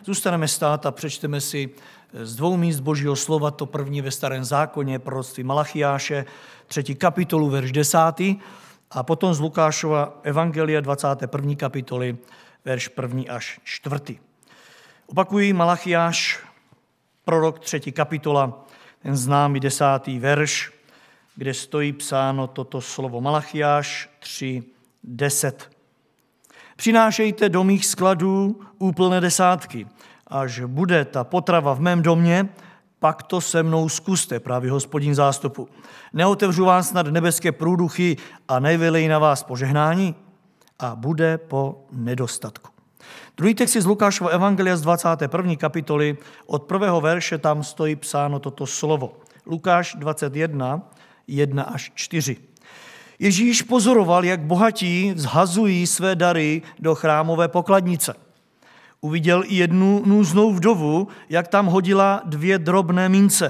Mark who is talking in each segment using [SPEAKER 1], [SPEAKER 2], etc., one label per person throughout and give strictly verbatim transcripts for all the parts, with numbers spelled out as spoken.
[SPEAKER 1] zůstaneme stát a přečteme si z dvou míst Božího slova, to první ve Starém zákoně, proroctví Malachiáše, třetí kapitolu, verš desátý, a potom z Lukášova evangelia dvacáté první kapitoly, verš první až čtvrtý. Opakuji, Malachiáš, prorok, třetí kapitola, ten známý desátý verš, kde stojí psáno toto slovo. Malachiáš tři deset. Přinášejte do mých skladů úplné desátky. Až bude ta potrava v mém domě, pak to se mnou zkuste, právě Hospodin zástupu. Neotevřu vám snad nebeské průduchy a nevylejí na vás požehnání? A bude po nedostatku. Druhý text je z Lukášova evangelia z dvacáté první kapitoly. Od prvého verše tam stojí psáno toto slovo. Lukáš dvacet jedna, jedna až čtyři. Ježíš pozoroval, jak bohatí zhazují své dary do chrámové pokladnice. Uviděl i jednu nůznou vdovu, jak tam hodila dvě drobné mince.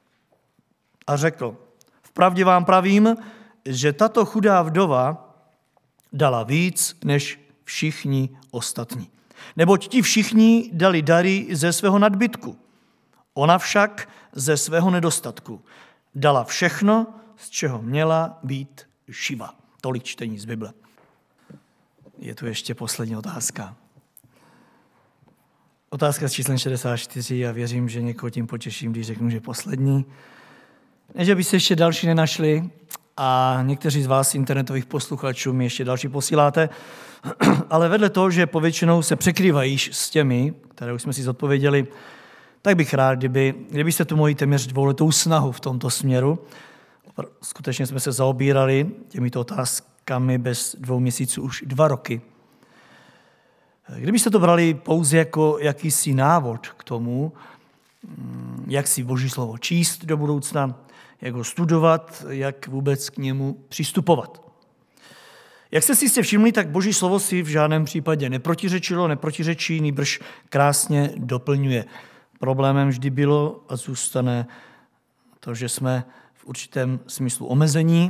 [SPEAKER 1] A řekl, vpravdě vám pravím, že tato chudá vdova dala víc než všichni ostatní. Neboť ti všichni dali dary ze svého nadbytku. Ona však ze svého nedostatku dala všechno, z čeho měla být živa. Tolik čtení z Bible. Je tu ještě poslední otázka. Otázka s číslem šedesát čtyři a věřím, že někoho tím potěším, když řeknu, že poslední. Ne, že by se ještě další nenašli a někteří z vás internetových posluchačů mi ještě další posíláte, ale vedle toho, že povětšinou se překrývají s těmi, které už jsme si zodpověděli, tak bych rád, kdyby, kdybyste tu moji téměř dvouletou snahu v tomto směru. Skutečně jsme se zaobírali těmito otázkami bez dvou měsíců už dva roky. Kdybyste to brali pouze jako jakýsi návod k tomu, jak si Boží slovo číst do budoucna, jak ho studovat, jak vůbec k němu přistupovat. Jak jste si jste všimli, tak Boží slovo si v žádném případě neprotiřečilo, neprotiřečí, nýbrž krásně doplňuje. Problémem vždy bylo a zůstane to, že jsme v určitém smyslu omezení.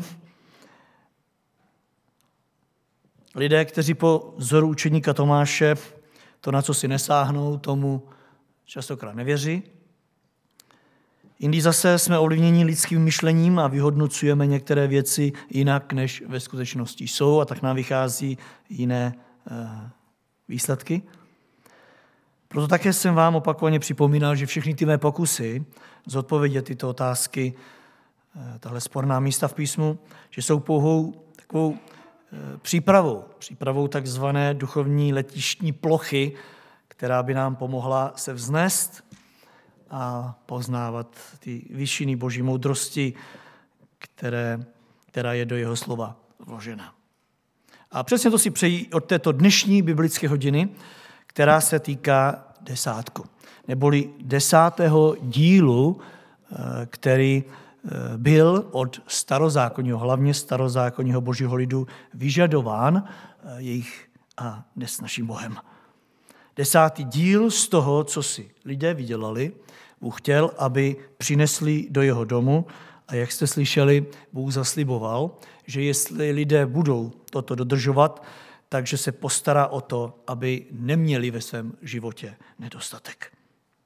[SPEAKER 1] Lidé, kteří po vzoru učeníka Tomáše to, na co si nesáhnou, tomu častokrát nevěří. Jindy zase jsme ovlivněni lidským myšlením a vyhodnocujeme některé věci jinak, než ve skutečnosti jsou, a tak nám vychází jiné e, výsledky. Proto také jsem vám opakovaně připomínal, že všechny ty mé pokusy zodpovědět tyto otázky, e, tahle sporná místa v písmu, že jsou pouhou takovou e, přípravou, přípravou takzvané duchovní letištní plochy, která by nám pomohla se vznést a poznávat ty výšiny Boží moudrosti, které, která je do jeho slova vložena. A přesně to si přeji od této dnešní biblické hodiny, která se týká desátku, neboli desátého dílu, který byl od starozákonního, hlavně starozákonního Božího lidu vyžadován jejich a dnes naším Bohem. Desátý díl z toho, co si lidé vydělali, Bůh chtěl, aby přinesli do jeho domu, a jak jste slyšeli, Bůh zasliboval, že jestli lidé budou toto dodržovat, takže se postará o to, aby neměli ve svém životě nedostatek.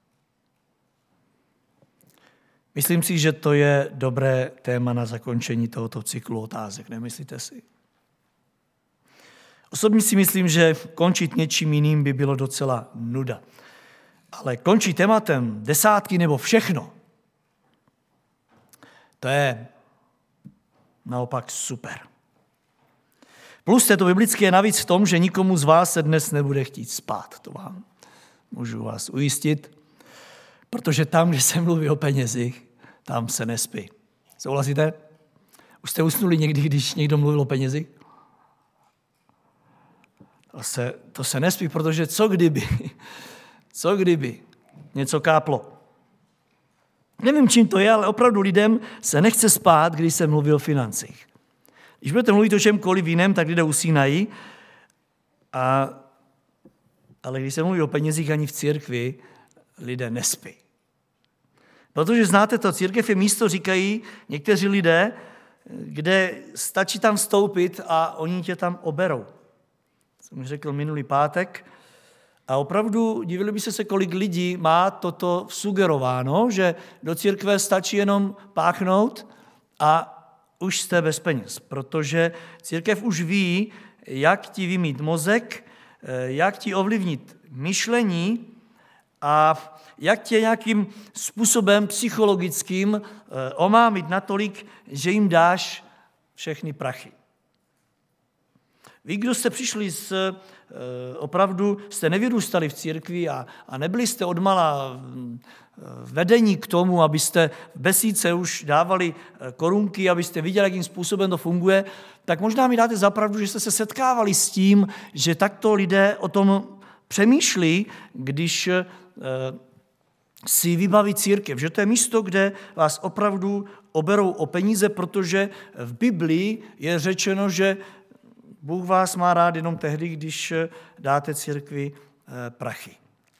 [SPEAKER 1] Myslím si, že to je dobré téma na zakončení tohoto cyklu otázek, nemyslíte si? Osobně si myslím, že končit něčím jiným by bylo docela nuda. Ale končit tématem desátky nebo všechno, to je naopak super. Plus této biblické je navíc v tom, že nikomu z vás se dnes nebude chtít spát. To vám můžu vás ujistit, protože tam, kde se mluví o penězích, tam se nespí. Souhlasíte? Už jste usnuli někdy, když někdo mluvil o penězích? To se, to se nespí, protože co kdyby, co kdyby něco káplo. Nevím, čím to je, ale opravdu lidem se nechce spát, když se mluví o financích. Když budete mluvit o čemkoliv jiném, tak lidé usínají, a, ale když se mluví o penězích ani v církvi, lidé nespí. Protože znáte to, církev je místo, říkají někteří lidé, kde stačí tam vstoupit a oni tě tam oberou. Jsem řekl minulý pátek, A opravdu divili by se se, kolik lidí má toto sugerováno, že do církve stačí jenom páchnout a už jste bez peněz, protože církev už ví, jak ti vymít mozek, jak ti ovlivnit myšlení a jak tě nějakým způsobem psychologickým omámit natolik, že jim dáš všechny prachy. Vy, kdo jste přišli z, opravdu, jste nevyrůstali v církvi a, a nebyli jste odmala vedení k tomu, abyste v besídce už dávali korunky, abyste viděli, jakým způsobem to funguje, tak možná mi dáte za pravdu, že jste se setkávali s tím, že takto lidé o tom přemýšlí, když si vybaví církev, že to je místo, kde vás opravdu oberou o peníze, protože v Biblii je řečeno, že Bůh vás má rád jenom tehdy, když dáte církvi prachy.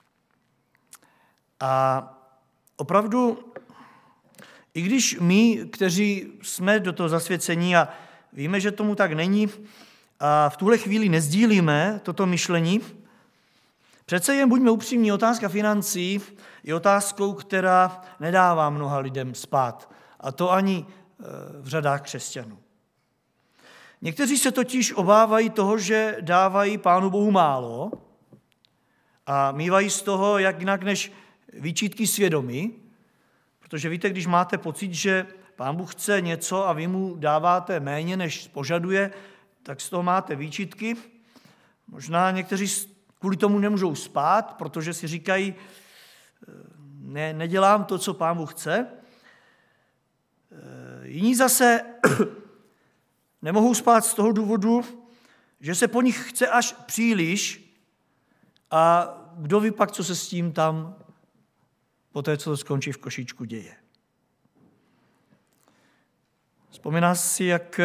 [SPEAKER 1] A opravdu, i když my, kteří jsme do toho zasvěcení a víme, že tomu tak není, a v tuhle chvíli nezdílíme toto myšlení, přece jen buďme upřímní, otázka financí je otázkou, která nedává mnoha lidem spát. A to ani v řadách křesťanů. Někteří se totiž obávají toho, že dávají Pánu Bohu málo a mívají z toho jak jinak než výčitky svědomí, protože víte, když máte pocit, že Pán Bůh chce něco a vy mu dáváte méně, než požaduje, tak z toho máte výčitky. Možná někteří kvůli tomu nemůžou spát, protože si říkají, ne, nedělám to, co Pán Bůh chce. Jiní zase nemohou spát z toho důvodu, že se po nich chce až příliš a kdo ví pak, co se s tím tam po té, co to skončí v košíčku, děje. Vzpomíná si, jak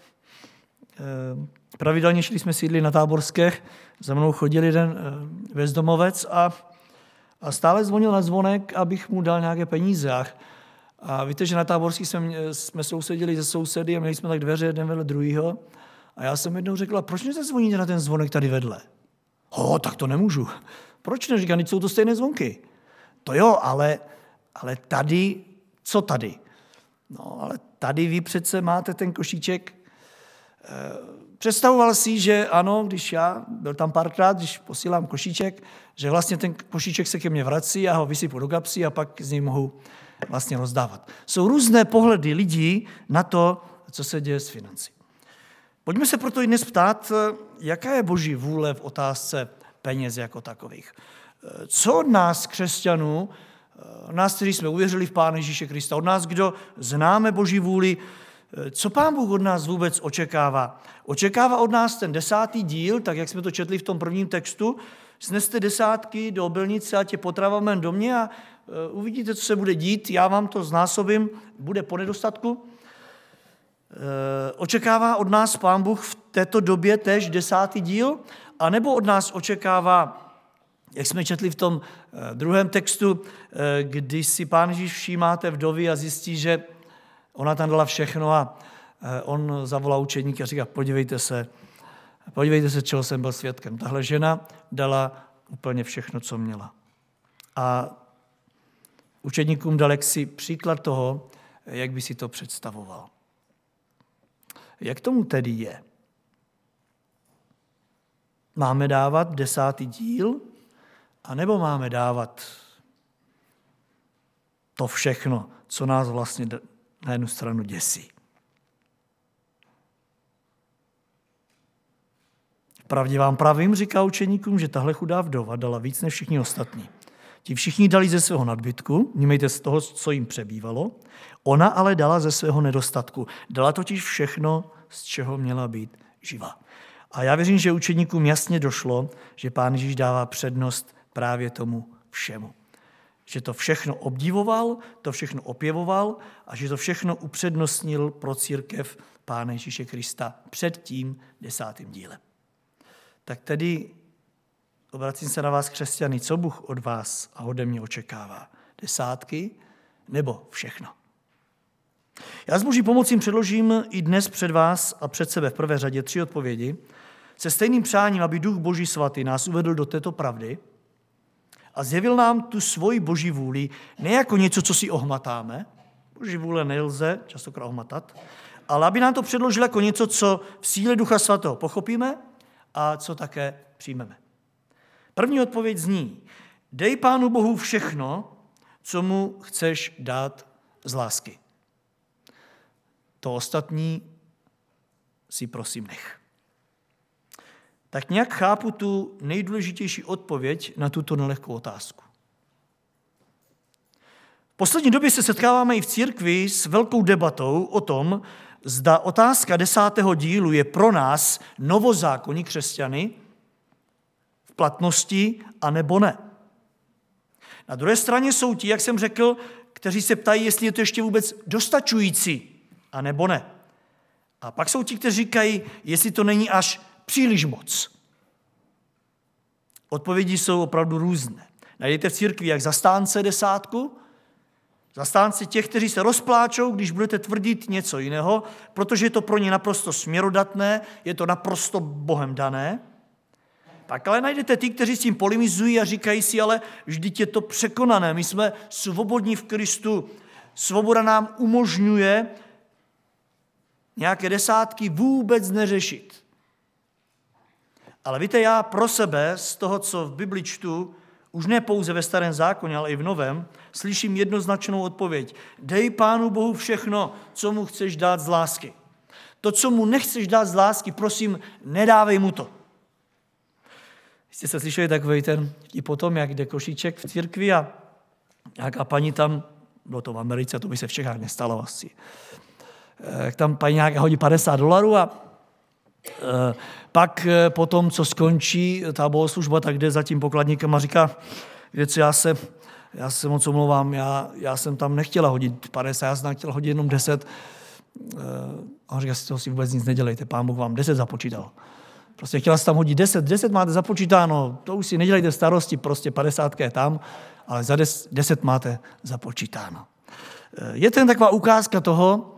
[SPEAKER 1] pravidelně šli jsme sídli na Táborské, za mnou chodil jeden bezdomovec a, a stále zvonil na zvonek, abych mu dal nějaké peníze. A víte, že na Táborský jsme, jsme sousedili se sousedy a měli jsme tak dveře jeden vedle druhýho. A já jsem jednou řekla, proč nezvoníte na ten zvonek tady vedle? Ho, tak to nemůžu. Proč ne? Říkám, jsou to stejné zvonky. To jo, ale, ale tady, co tady? No, ale tady vy přece máte ten košíček. Představoval si, že ano, když já byl tam párkrát, když posílám košíček, že vlastně ten košíček se ke mně vrací a ho vysypu do kapsy a pak z něj mohu vlastně rozdávat. Jsou různé pohledy lidí na to, co se děje s financí. Pojďme se proto i dnes ptát, jaká je Boží vůle v otázce peněz jako takových. Co od nás, křesťanů, nás, kteří jsme uvěřili v Pána Ježíše Krista, od nás, kdo známe Boží vůli, co Pán Bůh od nás vůbec očekává? Očekává od nás ten desátý díl, tak jak jsme to četli v tom prvním textu, sneste desátky do obilnice a tě potravám mém domě a uvidíte, co se bude dít, já vám to znásobím, bude po nedostatku. Očekává od nás Pán Bůh v této době též desátý díl, anebo od nás očekává, jak jsme četli v tom druhém textu, kdy si Pán Ježíš všímá té vdovy a zjistí, že ona tam dala všechno a on zavolá učeníky a říká, podívejte se, podívejte se, čeho jsem byl svědkem. Tahle žena dala úplně všechno, co měla. A učeníkům dal jaksi příklad toho, jak by si to představoval. Jak tomu tedy je? Máme dávat desátý díl, anebo máme dávat to všechno, co nás vlastně na jednu stranu děsí? Vpravdě vám pravím, říká učeníkům, že tahle chudá vdova dala víc než všichni ostatní. Ti všichni dali ze svého nadbytku, vnímejte z toho, co jim přebývalo, ona ale dala ze svého nedostatku. Dala totiž všechno, z čeho měla být živa. A já věřím, že učeníkům jasně došlo, že Pán Ježíš dává přednost právě tomu všemu. Že to všechno obdivoval, to všechno opěvoval a že to všechno upřednostnil pro církev Pána Ježíše Krista před tím desátým dílem. Tak tedy obracím se na vás, křesťany, co Bůh od vás a ode mě očekává? Desátky nebo všechno? Já s Boží pomocí předložím i dnes před vás a před sebe v prvé řadě tři odpovědi se stejným přáním, aby Duch Boží svatý nás uvedl do této pravdy a zjevil nám tu svoji boží vůli ne jako něco, co si ohmatáme, boží vůle nelze častokrát ohmatat, ale aby nám to předložil jako něco, co v síle Ducha Svatého pochopíme a co také přijmeme. První odpověď zní, dej Pánu Bohu všechno, co mu chceš dát z lásky. To ostatní si prosím nech. Tak nějak chápu tu nejdůležitější odpověď na tuto nelehkou otázku. V poslední době se setkáváme i v církvi s velkou debatou o tom, zda otázka desátého dílu je pro nás novozákonní křesťany v platnosti, anebo ne. Na druhé straně jsou ti, jak jsem řekl, kteří se ptají, jestli je to ještě vůbec dostačující, anebo ne. A pak jsou ti, kteří říkají, jestli to není až příliš moc. Odpovědi jsou opravdu různé. Najdete v církvi jak zastánce desátku, zastánce těch, kteří se rozpláčou, když budete tvrdit něco jiného, protože je to pro ně naprosto směrodatné, je to naprosto Bohem dané. Pak ale najdete ty, kteří s tím polemizují a říkají si, ale vždyť je to překonané, my jsme svobodní v Kristu, svoboda nám umožňuje nějaké desátky vůbec neřešit. Ale víte, já pro sebe z toho, co v Bibli čtu, už ne pouze ve Starém zákoně, ale i v Novém, slyším jednoznačnou odpověď. Dej Pánu Bohu všechno, co mu chceš dát z lásky. To, co mu nechceš dát z lásky, prosím, nedávej mu to. Jste se slyšeli takový ten i potom, jak jde košíček v církvi a nějaká paní tam, bylo to v Americe, to by se v Čechách nestalo asi, jak tam paní nějaká hodí padesát dolarů a e, pak e, potom, co skončí ta bohoslužba, tak jde za tím pokladníkem a říká, víte co, já se, já se moc omlouvám, já, já jsem tam nechtěla hodit padesát, já jsem chtěla hodit jenom deset. E, a on říká, si toho si vůbec nic nedělejte, Pán Bůh vám deset započítal. Prostě chtěla jsi tam hodit deset, deset máte započítáno, to už si nedělejte starosti, prostě padesátka je tam, ale za deset máte započítáno. Je to jen taková ukázka toho,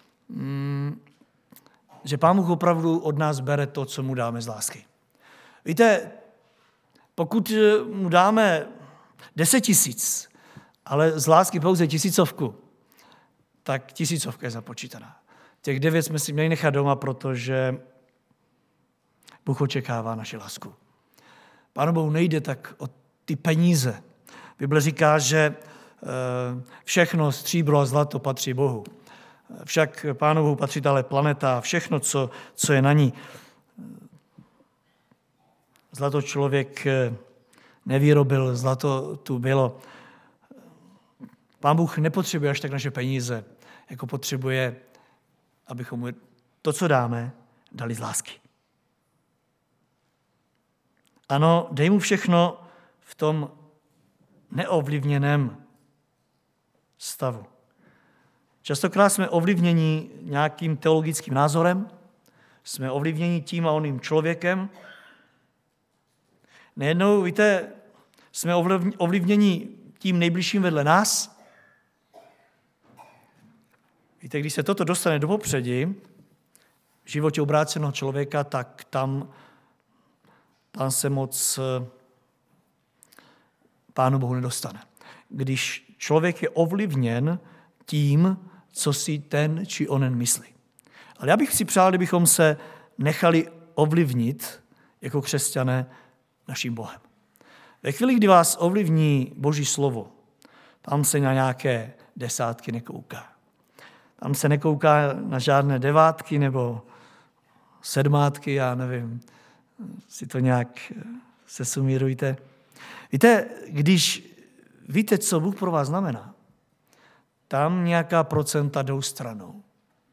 [SPEAKER 1] že Pán Bůh opravdu od nás bere to, co mu dáme z lásky. Víte, pokud mu dáme deset tisíc, ale z lásky pouze tisícovku, tak tisícovka je započítaná. Těch devět jsme si měli nechat doma, protože Bůh očekává naši lásku. Pánu Bohu nejde tak o ty peníze. Bible říká, že všechno stříbro a zlato patří Bohu. Však Pánu Bohu patří dále planeta, všechno, co, co je na ní. Zlato člověk nevyrobil, zlato tu bylo. Pán Bůh nepotřebuje až tak naše peníze, jako potřebuje, abychom mu to, co dáme, dali z lásky. Ano, dej mu všechno v tom neovlivněném stavu. Častokrát jsme ovlivněni nějakým teologickým názorem, jsme ovlivněni tím a oným člověkem. Nejednou, víte, jsme ovlivněni tím nejbližším vedle nás. Víte, když se toto dostane do popředí v životě obráceného člověka, tak tam, tam se moc Pánu Bohu nedostane. Když člověk je ovlivněn tím, co si ten či onen myslí. Ale já bych si přál, kdybychom se nechali ovlivnit jako křesťané naším Bohem. Ve chvíli, kdy vás ovlivní Boží slovo, tam se na nějaké desátky nekouká. Tam se nekouká na žádné devátky nebo sedmátky, já nevím, si to nějak sesumírujte. Víte, když víte, co Bůh pro vás znamená, tam nějaká procenta jdou stranou.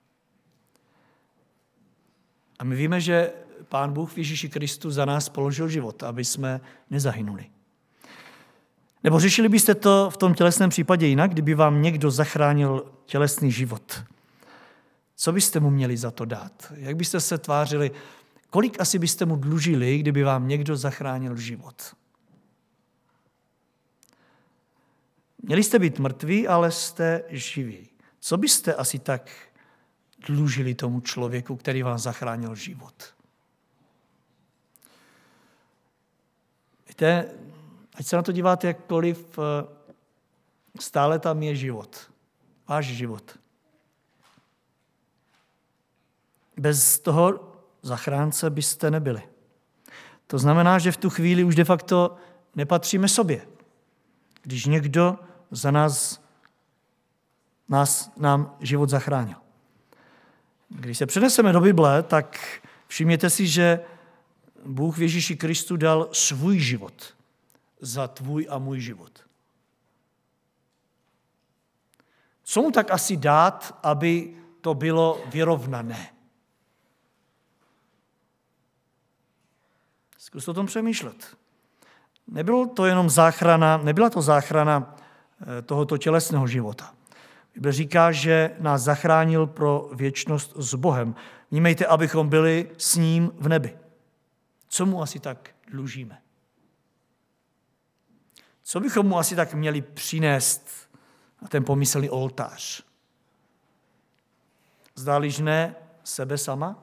[SPEAKER 1] A my víme, že Pán Bůh v Ježíši Kristu za nás položil život, aby jsme nezahynuli. Nebo řešili byste to v tom tělesném případě jinak, kdyby vám někdo zachránil tělesný život? Co byste mu měli za to dát? Jak byste se tvářili? Kolik asi byste mu dlužili, kdyby vám někdo zachránil život? Měli jste být mrtví, ale jste živí. Co byste asi tak dlužili tomu člověku, který vám zachránil život? Víte, ať se na to díváte jakkoliv, stále tam je život. Váš život. Bez toho zachránce byste nebyli. To znamená, že v tu chvíli už de facto nepatříme sobě. Když někdo za nás, nás nám život zachránil. Když se přeneseme do Bible, tak všimněte si, že Bůh v Ježíši Kristu dal svůj život za tvůj a můj život. Co mu tak asi dát, aby to bylo vyrovnané? Zkus o tom přemýšlet. Nebylo to jenom záchrana, nebyla to záchrana tohoto tělesného života. Bible říká, že nás zachránil pro věčnost s Bohem. Vnímejte, abychom byli s ním v nebi. Co mu asi tak dlužíme? Co bychom mu asi tak měli přinést na ten pomyslný oltář? Zdáliž ne sebe sama?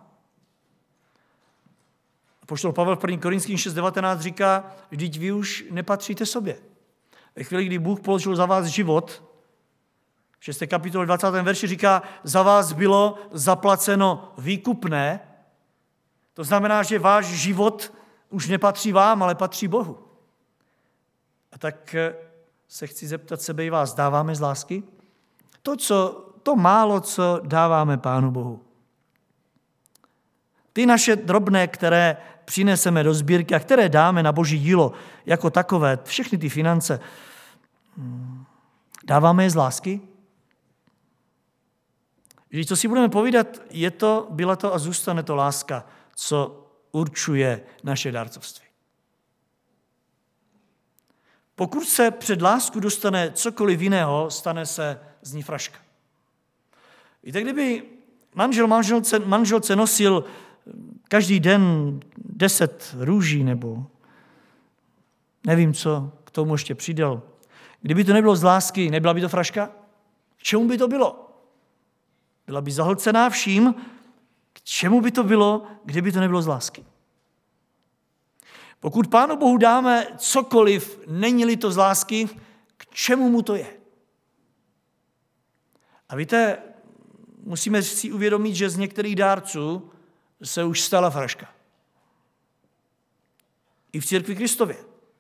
[SPEAKER 1] Apoštol Pavel v první Korinským šest devatenáct říká, vždyť vy už nepatříte sobě. Ve chvíli, kdy Bůh položil za vás život, v šesté kapitole dvacátém verši říká, za vás bylo zaplaceno výkupné. To znamená, že váš život už nepatří vám, ale patří Bohu. A tak se chci zeptat sebe i vás, dáváme z lásky? To, co, to málo, co dáváme Pánu Bohu. Ty naše drobné, které přineseme do sbírky a které dáme na Boží dílo jako takové, všechny ty finance, dáváme je z lásky? Když co si budeme povídat, je to, byla to a zůstane to láska, co určuje naše dárcovství. Pokud se před lásku dostane cokoliv jiného, stane se z ní fraška. Víte, kdyby manžel manželce, manželce nosil každý den deset růží, nebo nevím, co k tomu ještě přidal, kdyby to nebylo z lásky, nebyla by to fraška? K čemu by to bylo? Byla by zahlcená vším, k čemu by to bylo, kdyby to nebylo z lásky. Pokud Pánu Bohu dáme cokoliv, není-li to z lásky, k čemu mu to je? A víte, musíme si uvědomit, že z některých dárců se už stala fraška. I v církvi Kristově.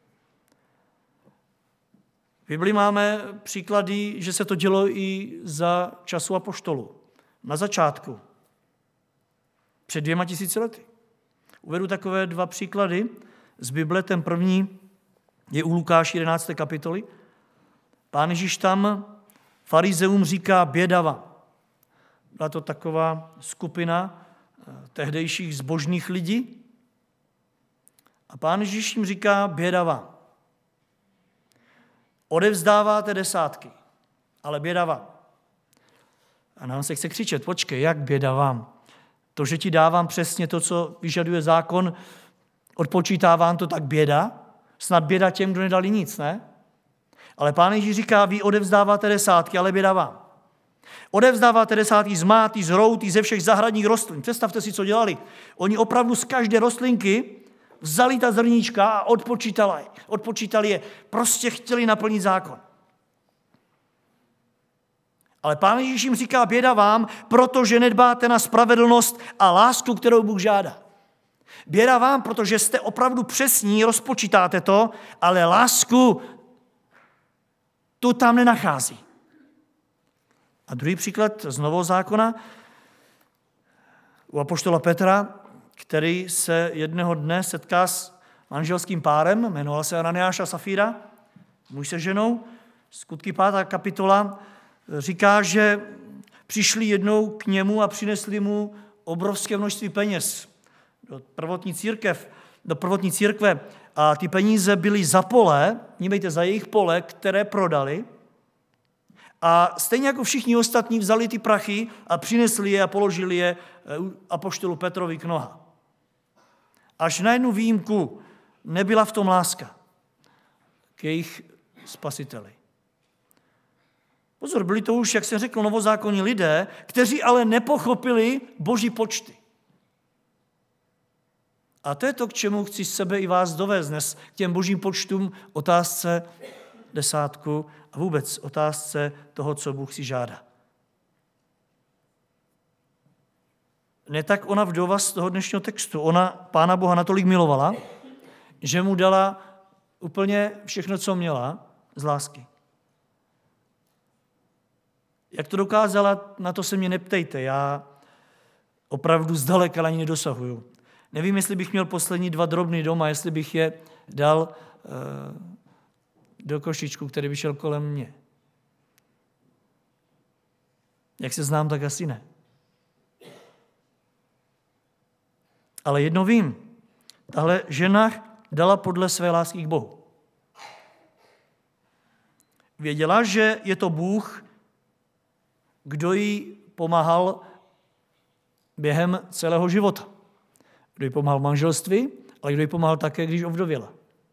[SPEAKER 1] V Biblii máme příklady, že se to dělo i za času apoštolů. Na začátku. Před dvěma tisíci lety. Uvedu takové dva příklady z Bible. Ten první je u Lukáše jedenácté kapitoly. Pán Ježíš tam farizeum říká bědava. Byla to taková skupina tehdejších zbožných lidí. A Pán Ježíš jim říká bědava. Odevzdáváte desátky, ale běda vám. A nám se chce křičet, počkej, jak běda vám? To, že ti dávám přesně to, co vyžaduje zákon, odpočítávám to, tak běda? Snad běda těm, kdo nedali nic, ne? Ale Pán Ježíš říká, vy odevzdáváte desátky, ale běda vám. Odevzdáváte desátky z máty, z routy, ze všech zahradních rostlin. Představte si, co dělali. Oni opravdu z každé rostlinky vzali ta zrníčka a odpočítali, odpočítali je. Prostě chtěli naplnit zákon. Ale Pán Ježíš jim říká, běda vám, protože nedbáte na spravedlnost a lásku, kterou Bůh žádá. Běda vám, protože jste opravdu přesní, rozpočítáte to, ale lásku tu tam nenachází. A druhý příklad z Nového zákona u apoštola Petra, který se jednoho dne setká s manželským párem, jmenoval se Ananiáš a Safíra, muž se ženou. Skutky pátá kapitola říká, že přišli jednou k němu a přinesli mu obrovské množství peněz do prvotní církev, do prvotní církve. A ty peníze byly za pole, nímejte za jejich pole, které prodali. A stejně jako všichni ostatní vzali ty prachy a přinesli je a položili je apoštolu Petrovi k nohám. Až na jednu výjimku nebyla v tom láska k jejich spasiteli. Pozor, byli to už, jak jsem řekl, novozákonní lidé, kteří ale nepochopili Boží počty. A to je to, k čemu chci sebe i vás dovést dnes, k těm božím počtům, otázce desátku a vůbec otázce toho, co Bůh si žádá. Ne tak ona vdova z toho dnešního textu. Ona Pána Boha natolik milovala, že mu dala úplně všechno, co měla, z lásky. Jak to dokázala, na to se mě neptejte. Já opravdu zdaleka ani nedosahuju. Nevím, jestli bych měl poslední dva drobny doma, jestli bych je dal uh, do košíčku, který by šel kolem mě. Jak se znám, tak asi ne. Ale jedno vím. Tahle žena dala podle své lásky k Bohu. Věděla, že je to Bůh, kdo jí pomáhal během celého života. Kdo jí pomáhal v manželství, ale kdo jí pomáhal také, když ovdověla.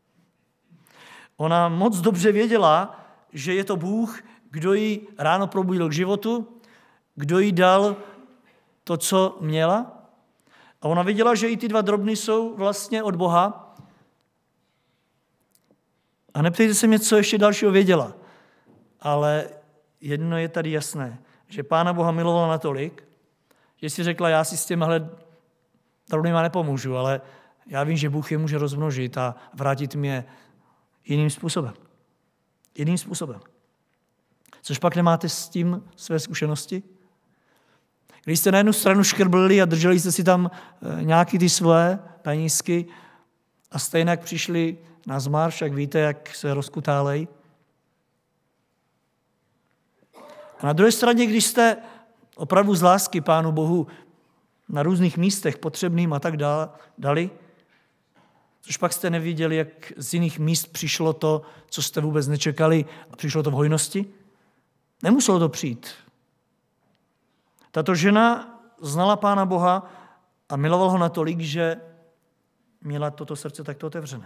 [SPEAKER 1] Ona moc dobře věděla, že je to Bůh, kdo jí ráno probudil k životu, kdo jí dal to, co měla. A ona věděla, že i ty dva drobny jsou vlastně od Boha. A neptejte se mě, co ještě dalšího věděla. Ale jedno je tady jasné, že Pána Boha milovala natolik, že si řekla, já si s těmhle drobnýma nepomůžu, ale já vím, že Bůh je může rozmnožit a vrátit mě jiným způsobem. Jiným způsobem. Což pak nemáte s tím své zkušenosti? Když jste na jednu stranu škrblili a drželi jste si tam nějaký ty svoje penízky a stejně jak přišli na zmar, však víte, jak se rozkutálejí. A na druhé straně, když jste opravdu z lásky Pánu Bohu na různých místech potřebným a tak dále dali, což pak jste neviděli, jak z jiných míst přišlo to, co jste vůbec nečekali a přišlo to v hojnosti, nemuselo to přijít. Tato žena znala Pána Boha a milovala ho natolik, že měla toto srdce takto otevřené.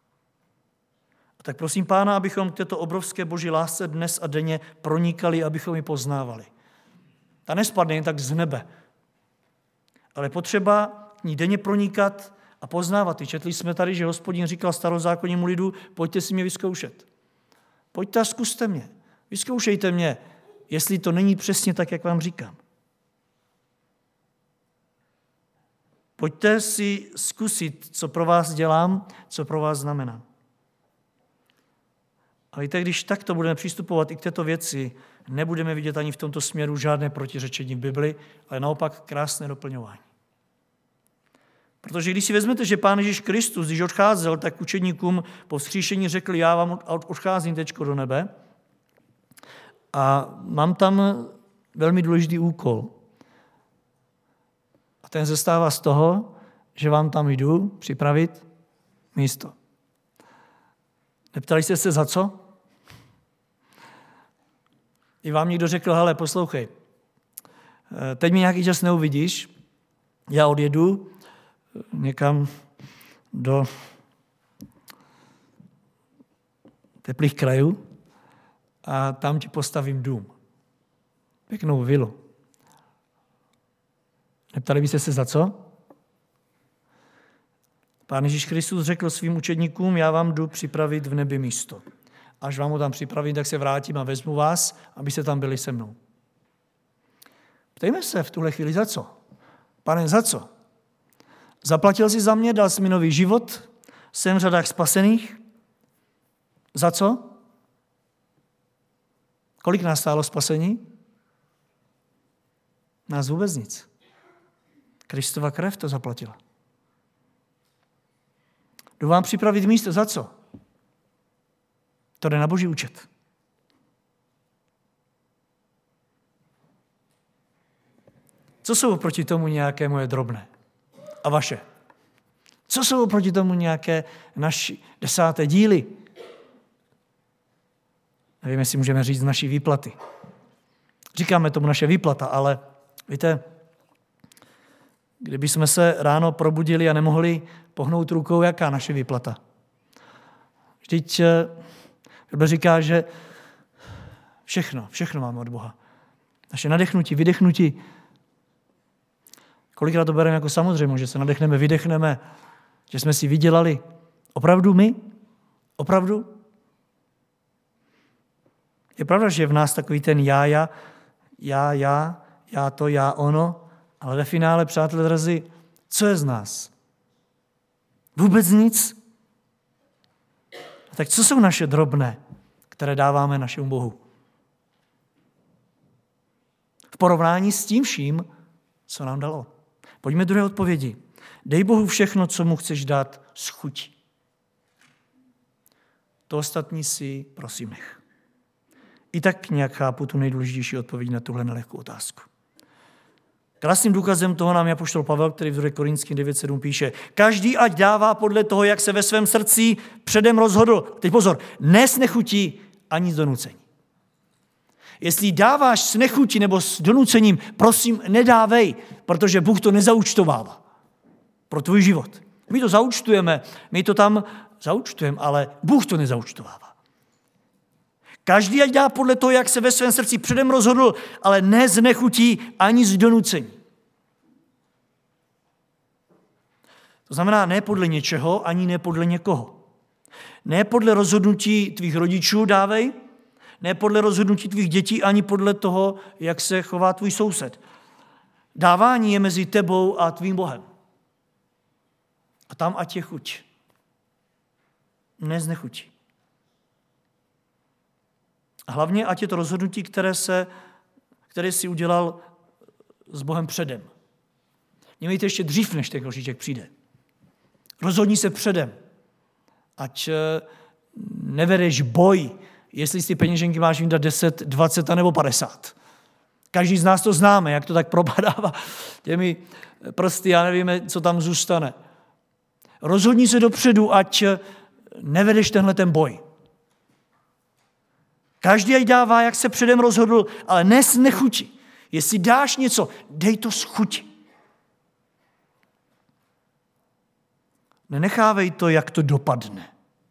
[SPEAKER 1] A tak prosím Pána, abychom k této obrovské boží lásce dnes a denně pronikali, abychom ji poznávali. Ta nespadne jen tak z nebe, ale potřeba k ní denně pronikat a poznávat. I četli jsme tady, že Hospodin říkal starozákonnímu lidu, pojďte si mě vyzkoušet. Pojďte a zkuste mě. Vyzkoušejte mě, jestli to není přesně tak, jak vám říkám. Pojďte si zkusit, co pro vás dělám, co pro vás znamená. A víte, když takto budeme přistupovat i k této věci, nebudeme vidět ani v tomto směru žádné protiřečení v Bibli, ale naopak krásné doplňování. Protože když si vezmete, že Pán Ježíš Kristus, když odcházel, tak učedníkům po vzkříšení řekl, já vám odcházím teďko do nebe a mám tam velmi důležitý úkol. A ten zestává z toho, že vám tam jdu připravit místo. Neptali jste se za co? I vám někdo řekl, hele, poslouchej, teď mi nějaký čas neuvidíš, já odjedu někam do teplých krajů a tam ti postavím dům. Pěknou vilu. Neptali byste se za co? Pán Ježíš Kristus řekl svým učedníkům, já vám jdu připravit v nebi místo. Až vám ho tam připravím, tak se vrátím a vezmu vás, abyste tam byli se mnou. Ptejme se v tuhle chvíli za co? Pane, za co? Zaplatil jsi za mě, dal jsi mi nový život, jsem v řadách spasených. Za co? Kolik nás stálo spasení? Nás vůbec nic. Kristova krev to zaplatila. Jdu vám připravit místo. Za co? To jde na boží účet. Co jsou oproti tomu nějaké moje drobné? A vaše? Co jsou oproti tomu nějaké naši desáté díly? Nevím, jestli můžeme říct naší výplaty. Říkáme tomu naše výplata, ale víte, kdyby jsme se ráno probudili a nemohli pohnout rukou, jaká naše výplata? Vždyť Bible říká, že všechno, všechno máme od Boha. Naše nadechnutí, vydechnutí. Kolikrát to bereme jako samozřejmost, že se nadechneme, vydechneme Že jsme si vydělali. Opravdu my? Opravdu? Je pravda, že je v nás takový ten já, já, já, já, já to, já ono, ale ve finále, přátelé drazí, co je z nás? Vůbec nic. A tak co jsou naše drobné, které dáváme našemu Bohu? V porovnání s tím vším, co nám dalo. Pojďme druhé odpovědi. Dej Bohu všechno, co mu chceš dát s chutí. To ostatní si prosím nech. I tak nějak chápu tu nejdůležitější odpověď na tuhle nelehkou otázku. Krásným důkazem toho nám je apoštol Pavel, který v druhé Korinským devět sedm píše: každý ať dává podle toho, jak se ve svém srdci předem rozhodl. Teď pozor, ne s nechutí ani s donucením. Jestli dáváš s nechutí nebo s donucením, prosím, nedávej, protože Bůh to nezaučtovává pro tvůj život. My to zaučtujeme, my to tam zaučtujeme, ale Bůh to nezaučtovává. Každý ať dá podle toho, jak se ve svém srdci předem rozhodl, ale ne z nechutí ani z donucení. To znamená ne podle něčeho, ani ne podle někoho. Ne podle rozhodnutí tvých rodičů dávej, ne podle rozhodnutí tvých dětí, ani podle toho, jak se chová tvůj soused. Dávání je mezi tebou a tvým Bohem. A tam ať je chuť. Ne z nechutí. A hlavně, ať je to rozhodnutí, které, se, které si udělal s Bohem předem. Mějte ještě dřív, než ten košíček přijde. Rozhodni se předem. Ať nevedeš boj, jestli si peněženky máš jim dát deset, dvacet nebo padesát. Každý z nás to známe, jak to tak propadává těmi prsty a nevíme, co tam zůstane. Rozhodni se dopředu, ať nevedeš tenhle ten boj. Každý ať dává, jak se předem rozhodl, ale ne s nechutí. Jestli dáš něco, dej to s chutí. Nenechávej to, jak to dopadne.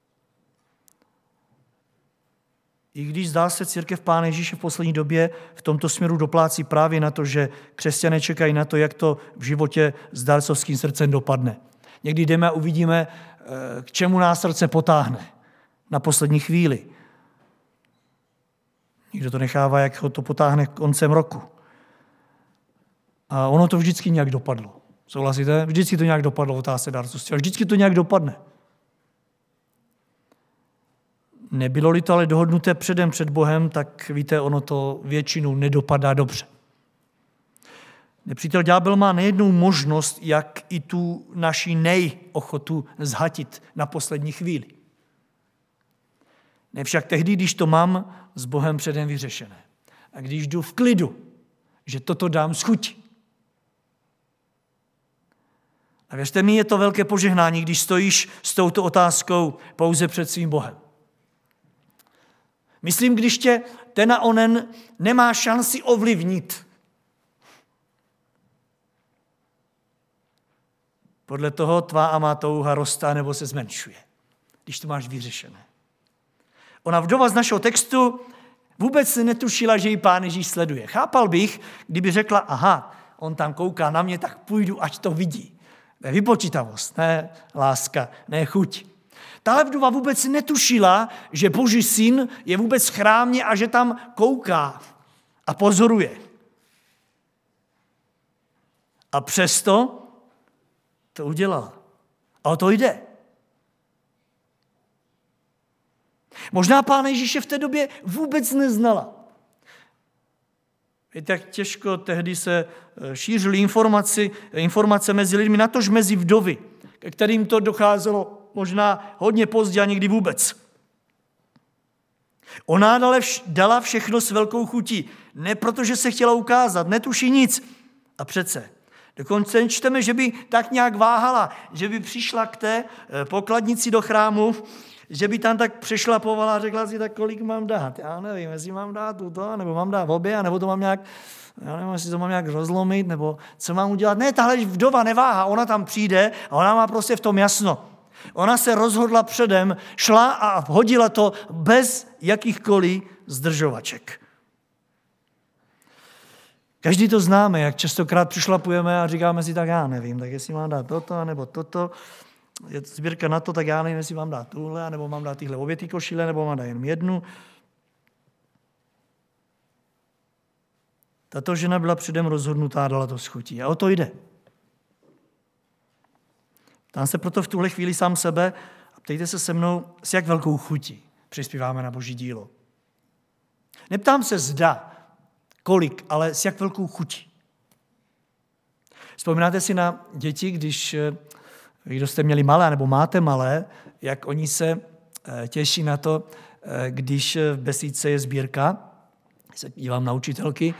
[SPEAKER 1] I když zdá se, církev Pána Ježíše v poslední době v tomto směru doplácí právě na to, že křesťané čekají na to, jak to v životě s dárcovským srdcem dopadne. Někdy jdeme a uvidíme, k čemu nás srdce potáhne na poslední chvíli. Někdo to nechává, jak ho to potáhne koncem roku. A ono to vždycky nějak dopadlo. Souhlasíte? Vždycky to nějak dopadlo v otázce dárcovství. A vždycky to nějak dopadne. Nebylo-li to ale dohodnuté předem před Bohem, tak víte, ono to většinou nedopadá dobře. Nepřítel ďábel má nejednou možnost, jak i tu naši nejochotu zhatit na poslední chvíli. Ne však tehdy, když to mám s Bohem předem vyřešené. A když jdu v klidu, že toto dám s chutí. A věřte mi, je to velké požehnání, když stojíš s touto otázkou pouze před svým Bohem. Myslím, když tě ten a onen nemá šanci ovlivnit. Podle toho tvá a má touha roste nebo se zmenšuje, když to máš vyřešené. Ona vdova z našeho textu vůbec netušila, že ji Pán Ježíš sleduje. Chápal bych, kdyby řekla, aha, on tam kouká na mě, tak půjdu, ať to vidí. Ne vypočítavost, ne láska, ne chuť. Tahle vdova vůbec netušila, že Boží syn je vůbec v chrámě a že tam kouká a pozoruje. A přesto to udělala. A o to jde. Možná Pána Ježíše v té době vůbec neznala. Víte, jak těžko tehdy se šířily informace, informace mezi lidmi, natož mezi vdovy, ke kterým to docházelo možná hodně pozdě a někdy vůbec. Ona dala všechno s velkou chutí, ne protože se chtěla ukázat, netuší nic. A přece, dokonce čteme, že by tak nějak váhala, že by přišla k té pokladnici do chrámu, že by tam tak přešlapovala a řekla si, tak kolik mám dát. Já nevím, jestli mám dát tuto, nebo mám dát obě, nebo to mám nějak, já nevím, jestli to mám nějak rozlomit, nebo co mám udělat. Ne, tahle vdova neváhá, ona tam přijde a ona má prostě v tom jasno. Ona se rozhodla předem, šla a hodila to bez jakýchkoliv zdržovaček. Každý to známe, jak častokrát přišlapujeme a říkáme si, tak já nevím, tak jestli mám dát toto, nebo toto. je sbírka na to, tak já nevím, jestli mám dát tuhle, nebo mám dát tyhle obě ty košile, nebo mám dát jenom jednu. Tato žena byla předem rozhodnutá, dala to s chutí. A o to jde. Ptám se proto v tuhle chvíli sám sebe a ptejte se se mnou, s jak velkou chutí přispíváme na Boží dílo. Neptám se zda, kolik, ale s jak velkou chutí. Vzpomínáte si na děti, když, kdo jste měli malé, nebo máte malé, jak oni se těší na to, když v besídce je sbírka, se dívám na učitelky,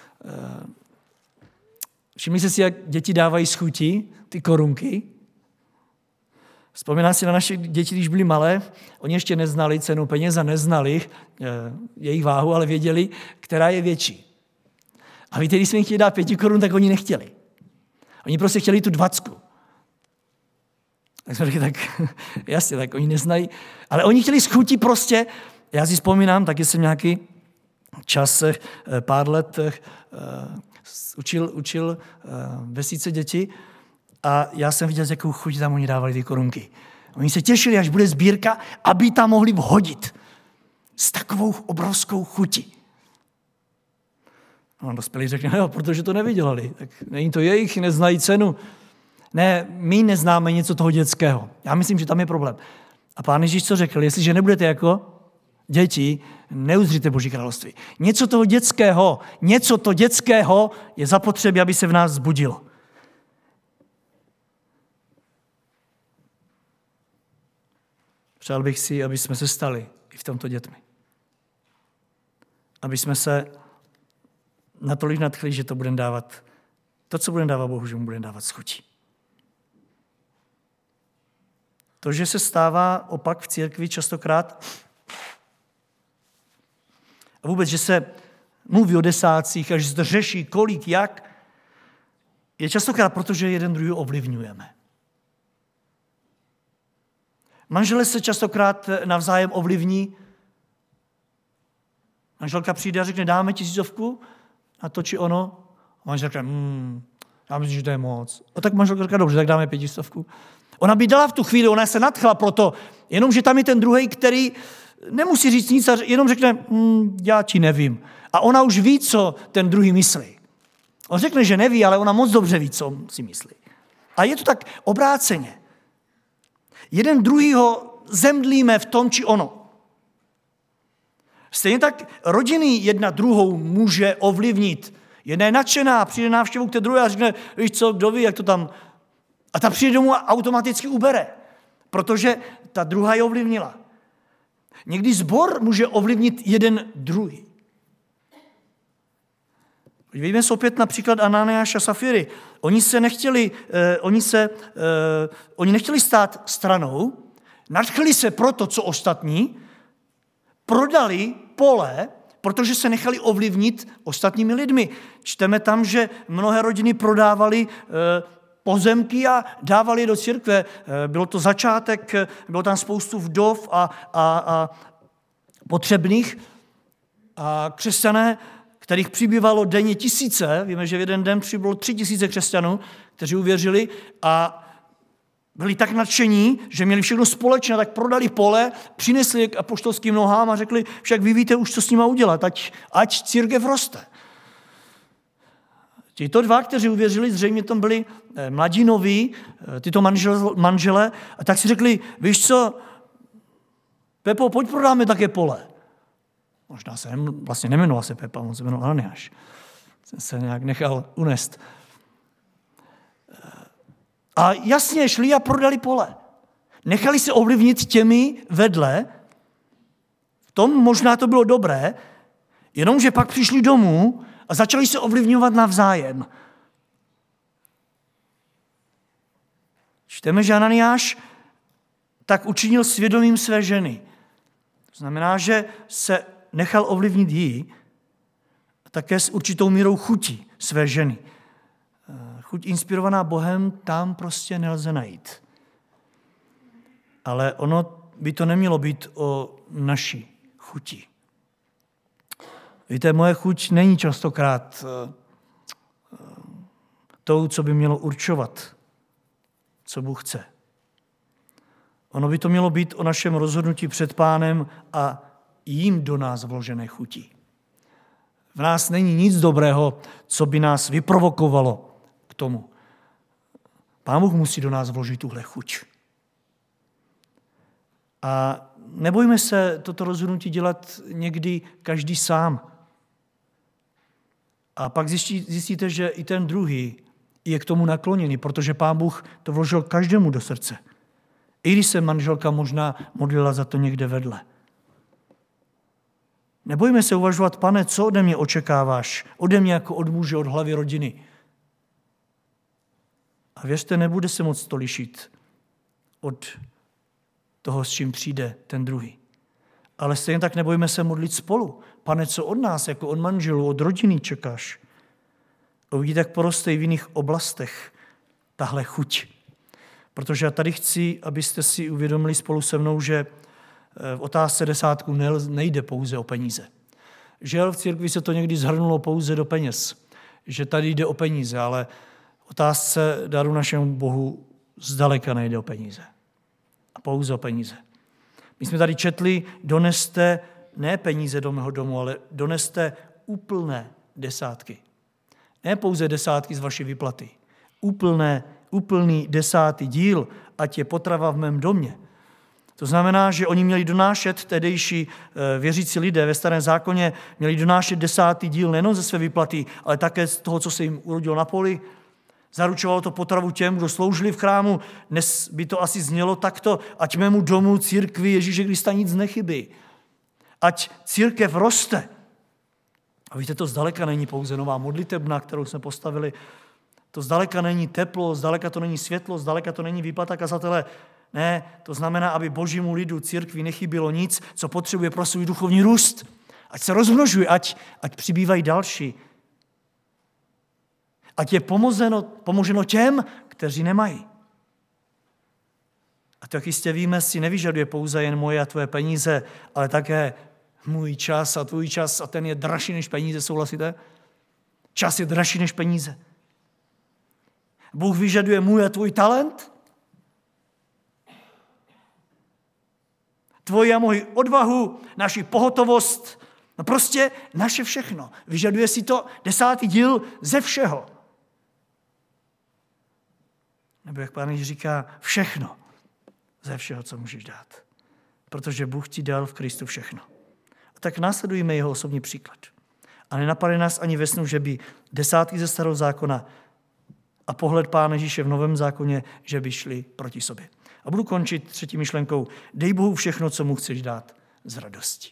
[SPEAKER 1] všimli jste si, jak děti dávají s chutí ty korunky. Vzpomínám si na naše děti, když byly malé, oni ještě neznali cenu peněz a neznali jejich váhu, ale věděli, která je větší. A víte, když jsme jim chtěli dát pěti korun, tak oni nechtěli. Oni prostě chtěli tu dvacku. Tak jsme řekli, tak jasně, tak oni neznají. Ale oni chtěli s chutí prostě, já si vzpomínám, taky jsem nějaký čas, pár let učil, učil vesíce děti a já jsem viděl, jakou chuť tam oni dávali ty korunky. Oni se těšili, až bude sbírka, aby tam mohli vhodit s takovou obrovskou chutí. No, dospělí řekne, jo, protože to nevydělali. Tak není to jejich, neznají cenu. Ne, my neznáme něco toho dětského. Já myslím, že tam je problém. A Pán Ježíš co řekl? Jestliže nebudete jako děti, neuzříte Boží království. Něco toho dětského, něco to dětského je zapotřebí, aby se v nás vzbudilo. Přál bych si, aby jsme se stali i v tomto dětmi. Aby jsme se natolik nadchli, že to budeme dávat, to, co budeme dávat Bohu, že mu budeme dávat s chutí. To, že se stává opak v církvi častokrát, a vůbec, že se mluví o desátcích a že se to řeší, kolik, jak, je častokrát proto, že jeden druhý ovlivňujeme. Manželé se častokrát navzájem ovlivní. Manželka přijde a řekne, dáme tisícovku a to či ono. A manželka řekne, hmm, já myslím, že to je moc. A tak manželka řekne, dobře, tak dáme pětistovku. Ona by dala v tu chvíli, ona se nadchla proto, jenomže tam je ten druhý, který nemusí říct nic a jenom řekne, hm, já ti nevím. A ona už ví, co ten druhý myslí. On řekne, že neví, ale ona moc dobře ví, co si myslí. A je to tak obráceně. Jeden druhýho zemdlíme v tom či ono. Stejně tak rodiny jedna druhou může ovlivnit. Jedna je nadšená, přijde návštěvu k té druhé a řekne, víš co, kdo ví, jak to tam... A ta přijde domů a automaticky ubere, protože ta druhá je ovlivnila. Někdy sbor může ovlivnit jeden druhý. Vidíme se opět například Ananiáš a Safiry. Oni se nechtěli, eh, oni se, eh, oni nechtěli stát stranou, nadchli se pro to, co ostatní, prodali pole, protože se nechali ovlivnit ostatními lidmi. Čteme tam, že mnohé rodiny prodávali eh, pozemky a dávali je do církve. Bylo to začátek, bylo tam spoustu vdov a, a, a potřebných. A křesťané, kterých přibývalo denně tisíce, víme, že v jeden den přibylo tři tisíce křesťanů, kteří uvěřili a byli tak nadšení, že měli všechno společné, tak prodali pole, přinesli je k apoštolským nohám a řekli, však vy víte už, co s nima udělat, ať, ať církev roste. Tito dva, kteří uvěřili, zřejmě tam byli mladí noví, tyto manžel, manžele, a tak si řekli, víš co, Pepo, pojď prodáme také pole. Možná se vlastně nemenoval se Pepa, on se jmenoval Ananiáš. Jsem se nějak nechal unést. A jasně, šli a prodali pole. Nechali se ovlivnit těmi vedle. V tom možná to bylo dobré, jenomže pak přišli domů a začali se ovlivňovat navzájem. Čteme, že Ananiáš tak učinil svědomím své ženy. To znamená, že se nechal ovlivnit jí a také s určitou mírou chutí své ženy. Chuť inspirovaná Bohem tam prostě nelze najít. Ale ono by to nemělo být o naší chuti. Víte, moje chuť není častokrát tou, co by mělo určovat, co Bůh chce. Ono by to mělo být o našem rozhodnutí před Pánem a jím do nás vložené chuti. V nás není nic dobrého, co by nás vyprovokovalo k tomu. Pán Bůh musí do nás vložit tuhle chuť. A nebojme se toto rozhodnutí dělat někdy každý sám. A pak zjistí, zjistíte, že i ten druhý je k tomu nakloněný, protože Pán Bůh to vložil každému do srdce. I když se manželka možná modlila za to někde vedle. Nebojme se uvažovat, Pane, co ode mě očekáváš? Ode mě jako od muže, od hlavy rodiny. A věřte, nebude se moc to lišit od toho, s čím přijde ten druhý. Ale stejně tak nebojme se modlit spolu. Pane, co od nás, jako od manželů, od rodiny čekáš? A uvidíte, jak poroste i v jiných oblastech tahle chuť. Protože já tady chci, abyste si uvědomili spolu se mnou, že v otázce desátku nejde pouze o peníze. Žel v církvi se to někdy zhrnulo pouze do peněz. Že tady jde o peníze, ale v otázce daru našemu Bohu zdaleka nejde o peníze. A pouze o peníze. My jsme tady četli, doneste ne peníze do mého domu, ale doneste úplné desátky. Ne pouze desátky z vaší výplaty. Úplné, úplný desátý díl, ať je potrava v mém domě. To znamená, že oni měli donášet, tehdejší věřící lidé ve Starém zákoně, měli donášet desátý díl nejen ze své výplaty, ale také z toho, co se jim urodilo na poli. Zaručovalo to potravu těm, kdo sloužili v chrámu. Dnes by to asi znělo takto, ať mému domu, církvi Ježíše Krista nic nechybí. Ať církev roste. A víte, to zdaleka není pouze nová modlitebna, kterou jsme postavili. To zdaleka není teplo, zdaleka to není světlo, zdaleka to není výplata kazatele. Ne, to znamená, aby božímu lidu, církvi nechybilo nic, co potřebuje pro svůj duchovní růst. Ať se rozmnožuje, ať, ať přibývají další. Ať je pomoženo, pomoženo těm, kteří nemají. A to, jak jistě víme, si nevyžaduje pouze jen moje a tvoje peníze, ale také můj čas a tvůj čas a ten je dražší než peníze, souhlasíte? Čas je dražší než peníze. Bůh vyžaduje můj a tvůj talent, tvoji a moji odvahu, naši pohotovost, no prostě naše všechno. Vyžaduje si to desátý díl ze všeho. Nebo jak Pán Ježíš říká, všechno ze všeho, co můžeš dát. Protože Bůh ti dal v Kristu všechno. A tak následujeme jeho osobní příklad. A nenapadne nás ani ve snu, že by desátky ze starého zákona a pohled Pána Ježíše v novém zákoně, že by šli proti sobě. A budu končit třetí myšlenkou. Dej Bohu všechno, co mu chceš dát z radosti.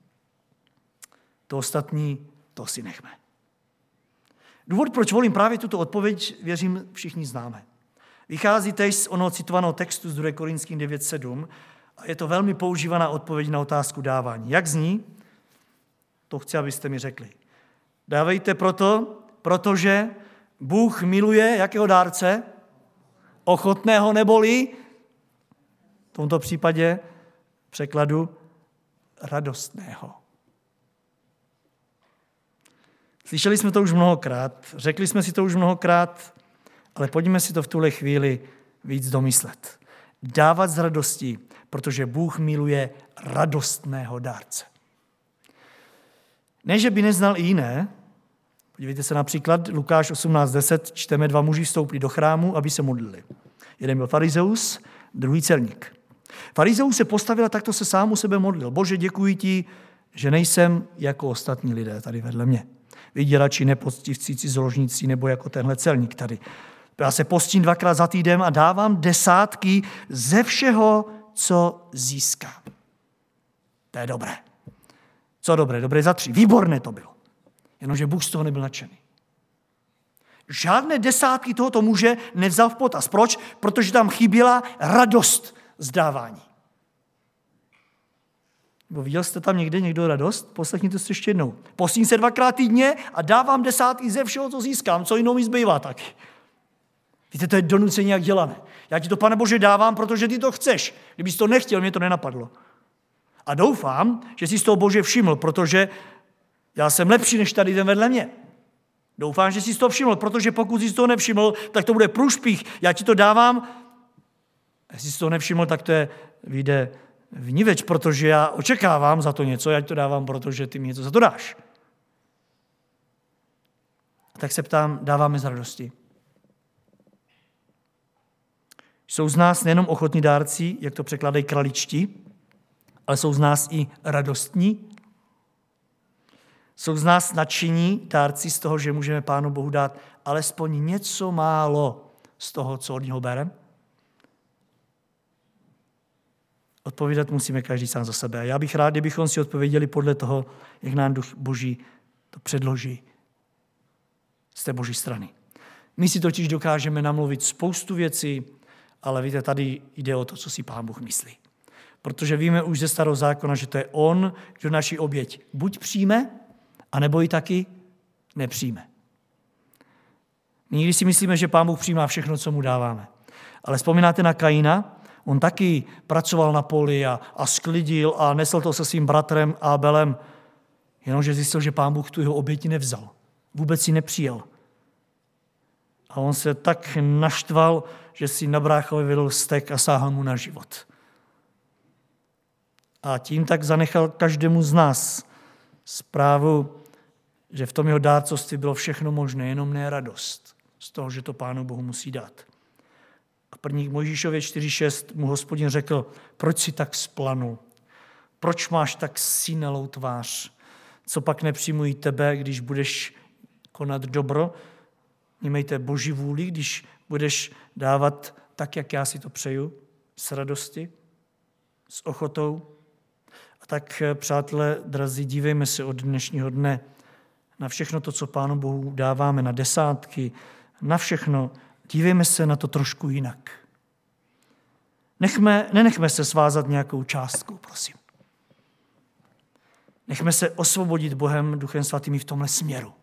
[SPEAKER 1] To ostatní, to si nechme. Důvod, proč volím právě tuto odpověď, věřím, všichni známe. Vychází též z onoho citovaného textu z druhého Korinským devět sedm a je to velmi používaná odpověď na otázku dávání. Jak zní? To chci, abyste mi řekli. Dávejte proto, protože Bůh miluje jakého dárce? Ochotného neboli, v tomto případě překladu radostného. Slyšeli jsme to už mnohokrát, řekli jsme si to už mnohokrát, ale pojďme si to v tuhle chvíli víc domyslet. Dávat z radostí, protože Bůh miluje radostného dárce. Ne, že by neznal i jiné. Podívejte se například, Lukáš osmnáct deset, čteme, dva muži vstoupili do chrámu, aby se modlili. Jeden byl farizeus, druhý celník. Farizeus se postavil a takto se sám u sebe modlil. Bože, děkuji ti, že nejsem jako ostatní lidé tady vedle mě. Vyděrači, nepoctivci, cizoložníci nebo jako tenhle celník tady. Já se postím dvakrát za týden a dávám desátky ze všeho, co získám. To je dobré. Co dobré? Dobré za tři. Výborné to bylo. Jenomže Bůh z toho nebyl nadšený. Žádné desátky tohoto muže nevzal v potaz. Proč? Protože tam chyběla radost z dávání. Nebo viděl jste tam někde někdo radost? Poslechněte si ještě jednou. Postím se dvakrát týdně a dávám desátky ze všeho, co získám. Co jinou mi zbývá taky. Víte, to je donucení jak dělané. Já ti to, Pane Bože, dávám, protože ty to chceš. Kdybys to nechtěl, mě to nenapadlo. A doufám, že jsi z toho Bože všiml, protože já jsem lepší než tady ten vedle mě. Doufám, že jsi z toho všiml, protože pokud jsi z toho nevšiml, tak to bude průšpích. Já ti to dávám A jestli jsi to nevšiml, tak to je, vyjde vniveč, protože já očekávám za to něco, já ti to dávám, protože ty mi něco za to dáš. A tak se ptám, dáváme z radosti? Jsou z nás nejenom ochotní dárci, jak to překládají kraličtí, ale jsou z nás i radostní. Jsou z nás nadšení dárci z toho, že můžeme Pánu Bohu dát alespoň něco málo z toho, co od něho bereme. Odpovídat musíme každý sám za sebe. A já bych rád, kdybychom si odpověděli podle toho, jak nám Duch Boží to předloží z té Boží strany. My si totiž dokážeme namluvit spoustu věcí, ale víte, tady jde o to, co si Pán Bůh myslí. Protože víme už ze starého zákona, že to je on, kdo naši oběť buď přijme, anebo ji taky nepřijme. Někdy si myslíme, že Pán Bůh přijímá všechno, co mu dáváme. Ale vzpomínáte na Kaina? On taky pracoval na poli a, a sklidil a nesl to se svým bratrem Abelem, jenomže zjistil, že Pán Bůh tu jeho oběti nevzal. Vůbec ji nepřijal. A on se tak naštval, že si na bráchovi vylil stek a sáhl mu na život. A tím tak zanechal každému z nás zprávu, že v tom jeho dárcovství bylo všechno možné, jenom ne radost z toho, že to Pánu Bohu musí dát. A první Mojžíšově čtyři šest mu Hospodin řekl, proč si tak splanul? Proč máš tak sínalou tvář? Co pak nepřijmují tebe, když budeš konat dobro? Mějte Boží vůli, když budeš dávat tak, jak já si to přeju, s radosti, s ochotou. A tak, přátelé, drazí, dívejme se od dnešního dne na všechno to, co Pánu Bohu dáváme, na desátky, na všechno. Dívejme se na to trošku jinak. Nechme, nenechme se svázat nějakou částkou, prosím. Nechme se osvobodit Bohem, Duchem Svatým v tomhle směru.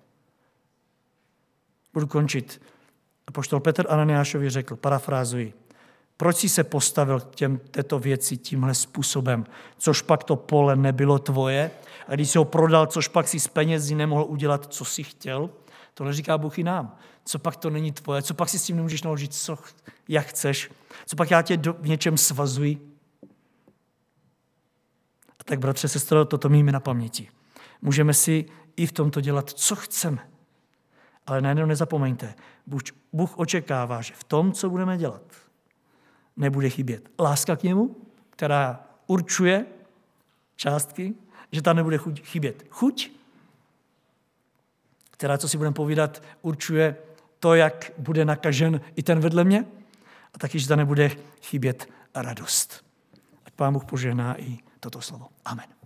[SPEAKER 1] Budu končit. Apoštol Petr Ananiášovi řekl, parafrázuji, proč jsi se postavil k těm, této věci tímhle způsobem, což pak to pole nebylo tvoje, a když jsi ho prodal, což pak si z penězí nemohl udělat, co jsi chtěl, tohle říká Bůh i nám. Co pak to není tvoje, co pak si s tím nemůžeš naložit, co, jak chceš, co pak já tě do, v něčem svazuji. A tak, bratře, sestro, toto míme na paměti. Můžeme si i v tomto dělat, co chceme. Ale najednou nezapomeňte, Bůh, Bůh očekává, že v tom, co budeme dělat, nebude chybět láska k němu, která určuje částky, že tam nebude chybět chuť, která, co si budeme povídat, určuje to, jak bude nakažen i ten vedle mě, a taky, že tam nebude chybět radost. Ať Pán Bůh požehná i toto slovo. Amen.